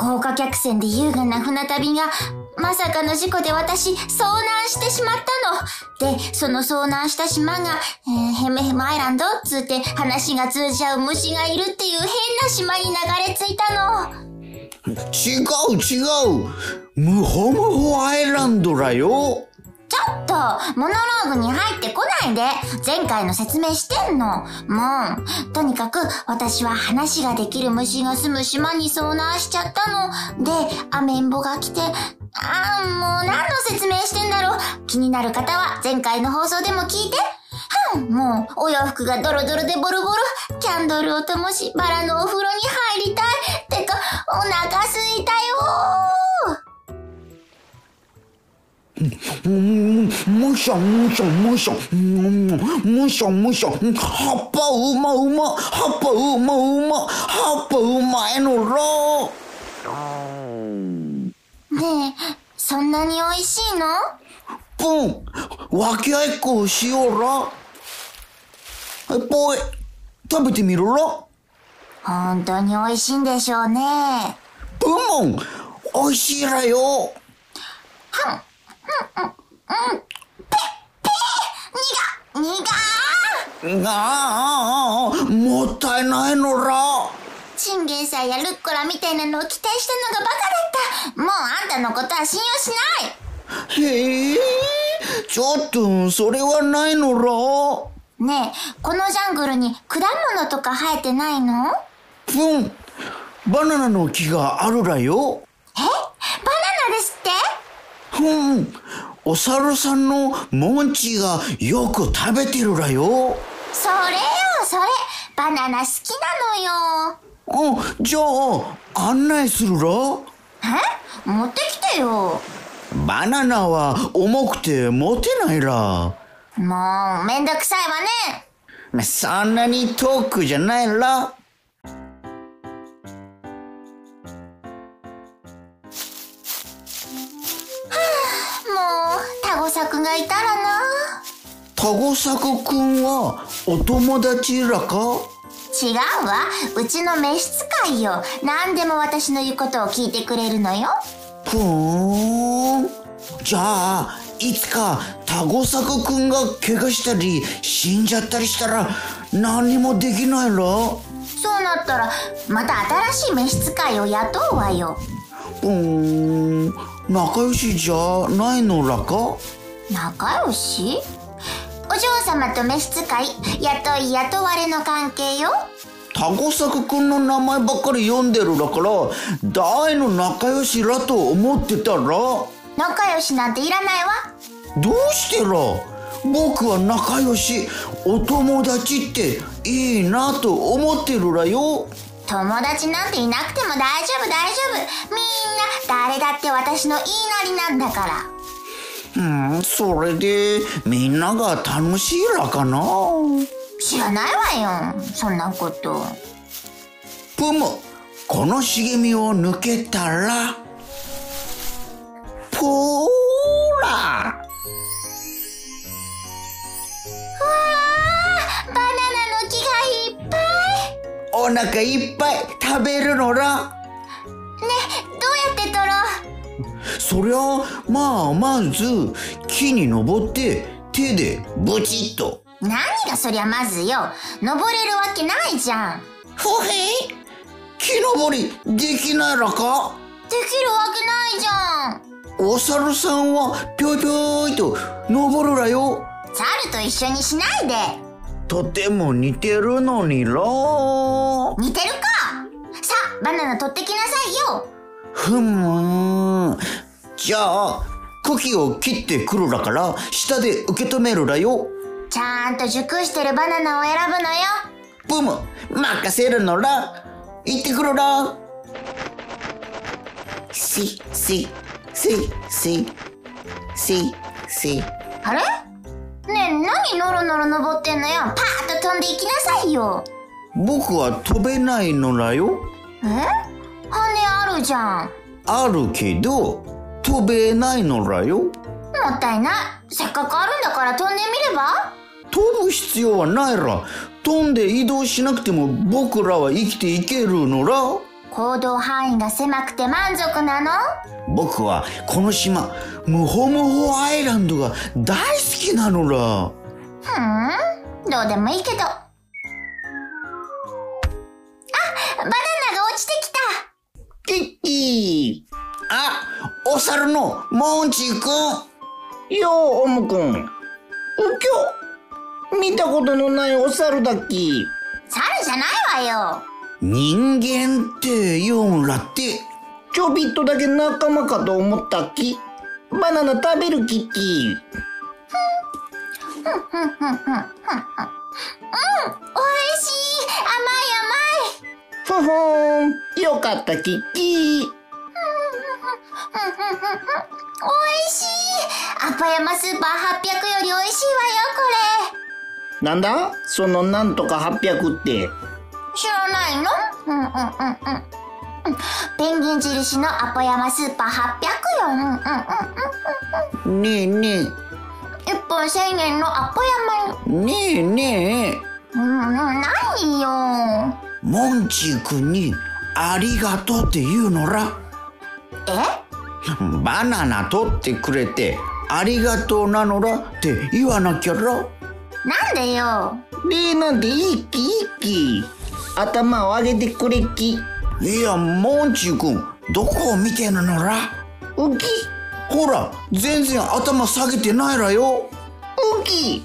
豪華客船で優雅な船旅が、まさかの事故で私、遭難してしまったの。で、その遭難した島が、ヘムヘムアイランドつって話が通じ合う虫がいるっていう変な島に流れ着いたの。 違う。ムホムホアイランドだよ。 ちょっと、モノローグに入ってこないで。前回の説明してんの。もう、とにかく私は話ができる虫が住む島に遭難しちゃったの。で、アメンボが来て、もう何の説明してんだろう。気になる方は前回の放送でも聞いて。もう、お洋服がドロドロでボロボロ。キャンドルを灯し、バラのお風呂に入りたい。てか、お腹すいたよむしゃむしゃむしゃむしゃむしゃ葉っぱうま葉っぱうま葉っぱうまいのろ。 ねえ、そんなに美味しいの？ ぷん、わきあいっこしようら。ぽい、食べてみろら。 本当に美味しいんでしょうね。 ぷんもん、美味しいらよ。もったいないのら。 チンゲン菜やルッコラみたいなのを期待したのがバカだった。もうあんたのことは信用しない。 へえ、ちょっとそれはないのら。 ねえ、このジャングルに果物とか生えてないの？ ぷん、バナナの木があるらよ。 バナナですって？ お猿さんのモンチがよく食べてるらよ。 それバナナ好きなのよ。 じゃあ案内するら。 持ってきてよ。 バナナは重くて持てないら。 もうめんどくさいわね。 そんなに遠くじゃないら。 もうタゴサクがいたらな。 タゴサクくんはお友達らか？ 違うわ、うちの召使いよ。何でも私の言うことを聞いてくれるのよ。 じゃあいつかタゴサクくんが怪我したり死んじゃったりしたら何もできないら。 そうなったらまた新しい召使いを雇うわよ。 仲良しじゃないのらか？ 仲良し？お嬢様と召使い、雇い雇われの関係よ。 タゴサクくんの名前ばっかり読んでるだから大の仲良しらと思ってたら。 仲良しなんていらないわ。 どうしてら？僕は仲良し、お友達っていいなと思ってるらよ。 友達なんていなくても大丈夫。みんな誰だって私の言いなりなんだから。 それでみんなが楽しいらかな？ 知らないわよ、そんなこと。 ぷむ、この茂みを抜けたらぽーら。 バナナの木がいっぱい。 お腹いっぱい食べるのら。 ね、どうやって取ろう？ そりゃまず木に登って手でブチッと。 何がそりゃまずよ。登れるわけないじゃん。 ほへい、木登りできないらか？ できるわけないじゃん。 お猿さんはぴょいぴょいと登るらよ。 猿と一緒にしないで。 とても似てるのにら。 似てるか。さあ、バナナ取ってきなさいよ。 じゃあ茎を切ってくるらから下で受け止めるらよ。 ちゃんと熟してるバナナを選ぶのよ。 ぷむ、任せるのら。行ってくるら。しあれ？ねえ、何ノロノロ登ってんのよ。パーッと飛んでいきなさいよ。 僕は飛べないのらよ。 羽あるじゃん。 あるけど飛べないのらよ。 もったいない。せっかくあるんだから飛んでみれば？ 飛ぶ必要はないら。飛んで移動しなくても僕らは生きていけるのら。 行動範囲が狭くて満足なの？ 僕はこの島、ムホムホアイランドが大好きなのら。 どうでもいいけど。あ、バナナが落ちてきた。 キッキー。あ、お猿のモンチーくん。 よう、オムくん。うきょ。見たことのないお猿だっき。 猿じゃないわよ。 人間って言うんらって。 ちょびっとだけ仲間かと思ったっき。バナナ食べるキッキー。 おいしい。甘い甘い。 ふふん。よかったキッキー。 おいしい。アパヤマスーパー800よりおいしいわよ、これ。 なんだそのなんとか800って。 知らないの？ペンギン印のアパヤマスーパー800よ。 ねえねえ。 1本1000円のアパヤマ。 ねえねえ。 何よ。 モンチーくんにありがとうって言うのら。バナナ取ってくれてありがとうなのらって言わなきゃら。 なんでよ。 礼なんていいっきいいっき。頭を上げてくれっき。 いや、モンチーくん、どこを見てるのら。 うき。 ほら、全然頭下げてないらよ。 うき。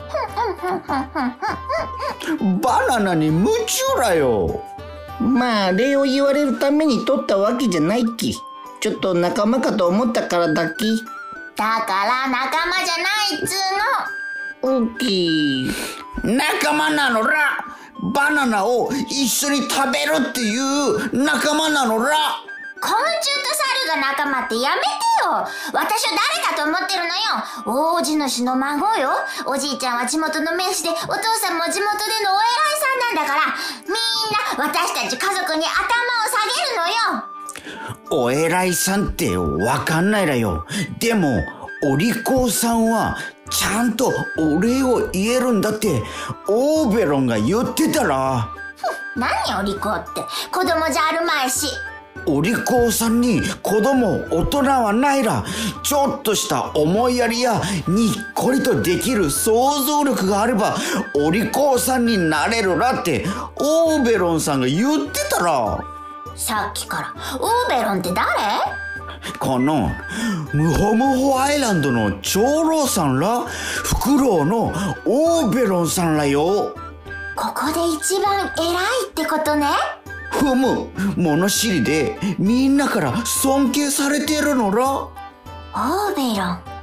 バナナに夢中らよ。 まあ礼を言われるために取ったわけじゃないっき。ちょっと仲間かと思ったからだっき。 だから仲間じゃないっつうき。 仲間なのら。バナナを一緒に食べるっていう仲間なのら。 昆虫と猿が仲間ってやめてよ。私を誰だと思ってるのよ。大地主の孫よ。おじいちゃんは地元の名士で、お父さんも地元でのお偉いさんなんだから、みんな私たち家族に頭を下げるのよ。 お偉いさんってわかんないらよ。でもお利口さんはちゃんとお礼を言えるんだってオーベロンが言ってたら。 何お利口って、子供じゃあるまいし。 お利口さんに子供大人はないら。ちょっとした思いやりやにっこりとできる想像力があればお利口さんになれるらってオーベロンさんが言ってたら。 さっきからオーベロンって誰？ このムホムホアイランドの長老さんらフクロウのオーベロンさんらよ。 ここで一番偉いってことね。 ふむ、物知りでみんなから尊敬されてるのら。 オーベロン、そのフクロウに合わ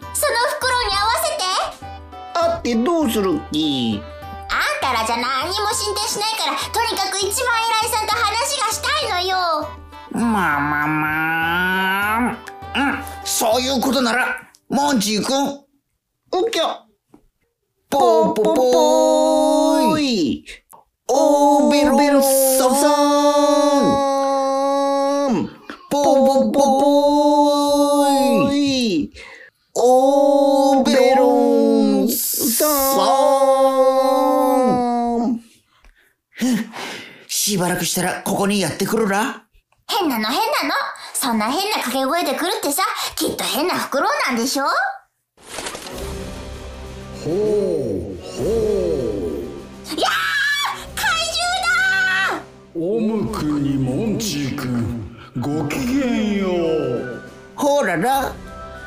せて。 あってどうするっき。 あんたらじゃ何にも進展しないから、とにかく一番偉いさんと話がしたいのよ。 そういうことならモンチーくん。 うきょ。 ポーポポーイ。オーベロンさん。ポーポポーイ。オーベロンさん。しばらくしたらここにやってくるら。 変なの。そんな変な掛け声で来るってさ、きっと変なフクロウなんでしょ。 ほうほいやー、怪獣だう。オムくんにモンチーくん、ごきげんよう。 ほらら。 びっ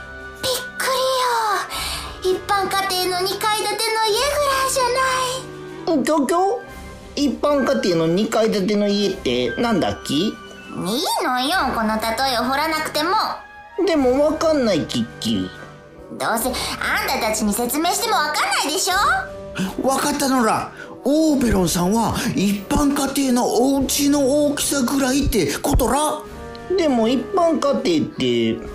くりよ。一般家庭の2階建ての家ぐらいじゃない。 うきょきょ。一般家庭の2階建ての家ってなんだっき？ いいのよ、この例えを掘らなくても。 でもわかんないキッキ。 どうせあんたたちに説明してもわかんないでしょ。 わかったのら。オーベロンさんは一般家庭のお家の大きさぐらいってことら。 でも一般家庭って。 もういいって。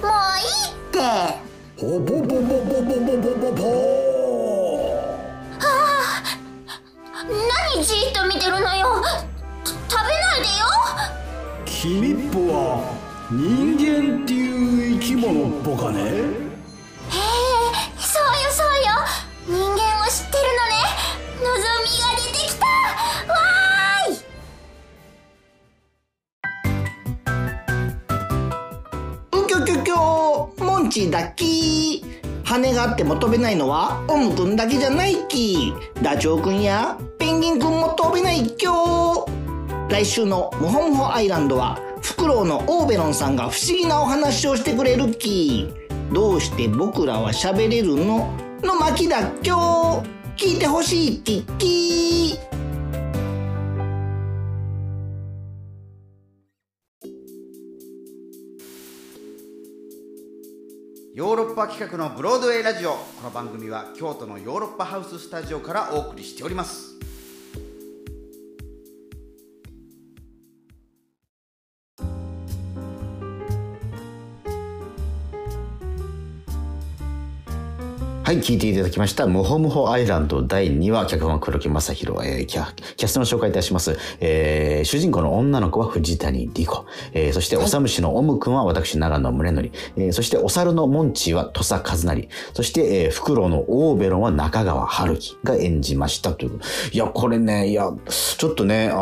ほぼぼぼぼぼぼぼぼぼ。 何じーっと見てるのよ。食べないでよ。 君っぽは人間っていう生き物っぽかね。 へえ、そうよ。人間を知ってるのね。望みが出てきた。わーい。 チだき。羽があっても飛べないのはオムくんだけじゃないき。ダチョウくんやペンギンくんも飛べないきょ。来週のムホムホアイランドはフクロウのオーベロンさんが不思議なお話をしてくれるき。どうして僕らは喋れるのの巻だっきょ。聞いてほしいきっき。 ヨーロッパ企画のブロードウェイラジオ。この番組は京都のヨーロッパハウススタジオからお送りしております。はい、聞いていただきましたムホムホアイランド第2話、脚本は黒木正宏、キャストの紹介いたします。主人公の女の子は藤谷莉子、そしておさむしのオムくんは私長野宗則、そしてお猿のモンチーは土佐和成、そして、フクロウのオーベロンは中川春樹が演じましたという。いやこれね、いやちょっとね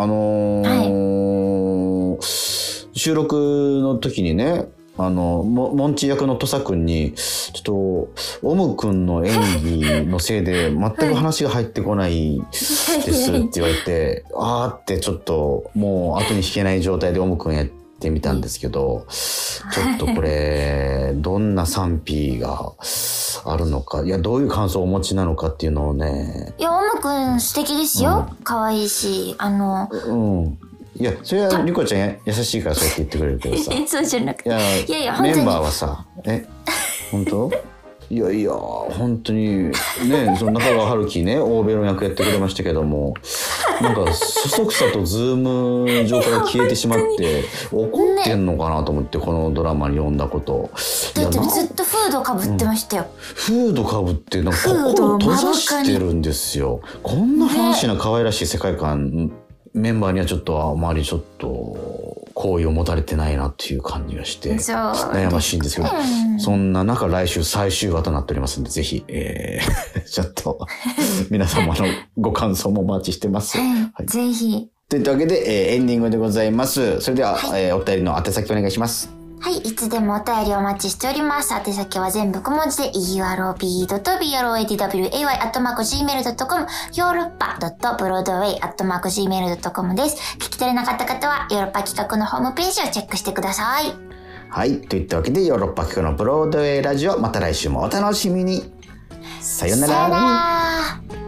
収録の時にね、モンチ役の土佐くんに、ちょっと、オムくんの演技のせいで、全く話が入ってこないですって言われて、あーってちょっと、もう後に引けない状態でオムくんやってみたんですけど、ちょっとこれ、どんな賛否があるのか、いや、どういう感想をお持ちなのかっていうのをね。 いや、オムくん素敵ですよ。可愛いし、 いや、それはリコちゃん優しいからそうやって言ってくれるけどさ。 そうじゃなくて。いやいや、 メンバーはさ、本当？いやいや、本当に、ね、その中川春樹ね、オーベロン役やってくれましたけども、なんか、そそくさとズーム上から消えてしまって、怒ってんのかなと思って、このドラマに読んだこと。 だってずっとフードかぶってましたよ。 フードかぶって、なんか心閉ざしてるんですよ。こんなファンシーな可愛らしい世界観、メンバーにはちょっとあまりちょっと好意を持たれてないなっていう感じがして悩ましいんですけど、そんな中来週最終話となっておりますので、ぜひ、ちょっと皆様のご感想もお待ちしてます。 はい、ぜひ。 といったわけで、エンディングでございます。それでは、お便りの宛先お願いします。 はい、いつでもお便りお待ちしております。宛先は全部小文字で eurob.broadway@gmail.com ヨーロッパ .broadway@gmail.com です。聞き取れなかった方はヨーロッパ企画のホームページをチェックしてください。 はい、といったわけでヨーロッパ企画のブロードウェイラジオ、また来週もお楽しみに。さよなら。 さよなら。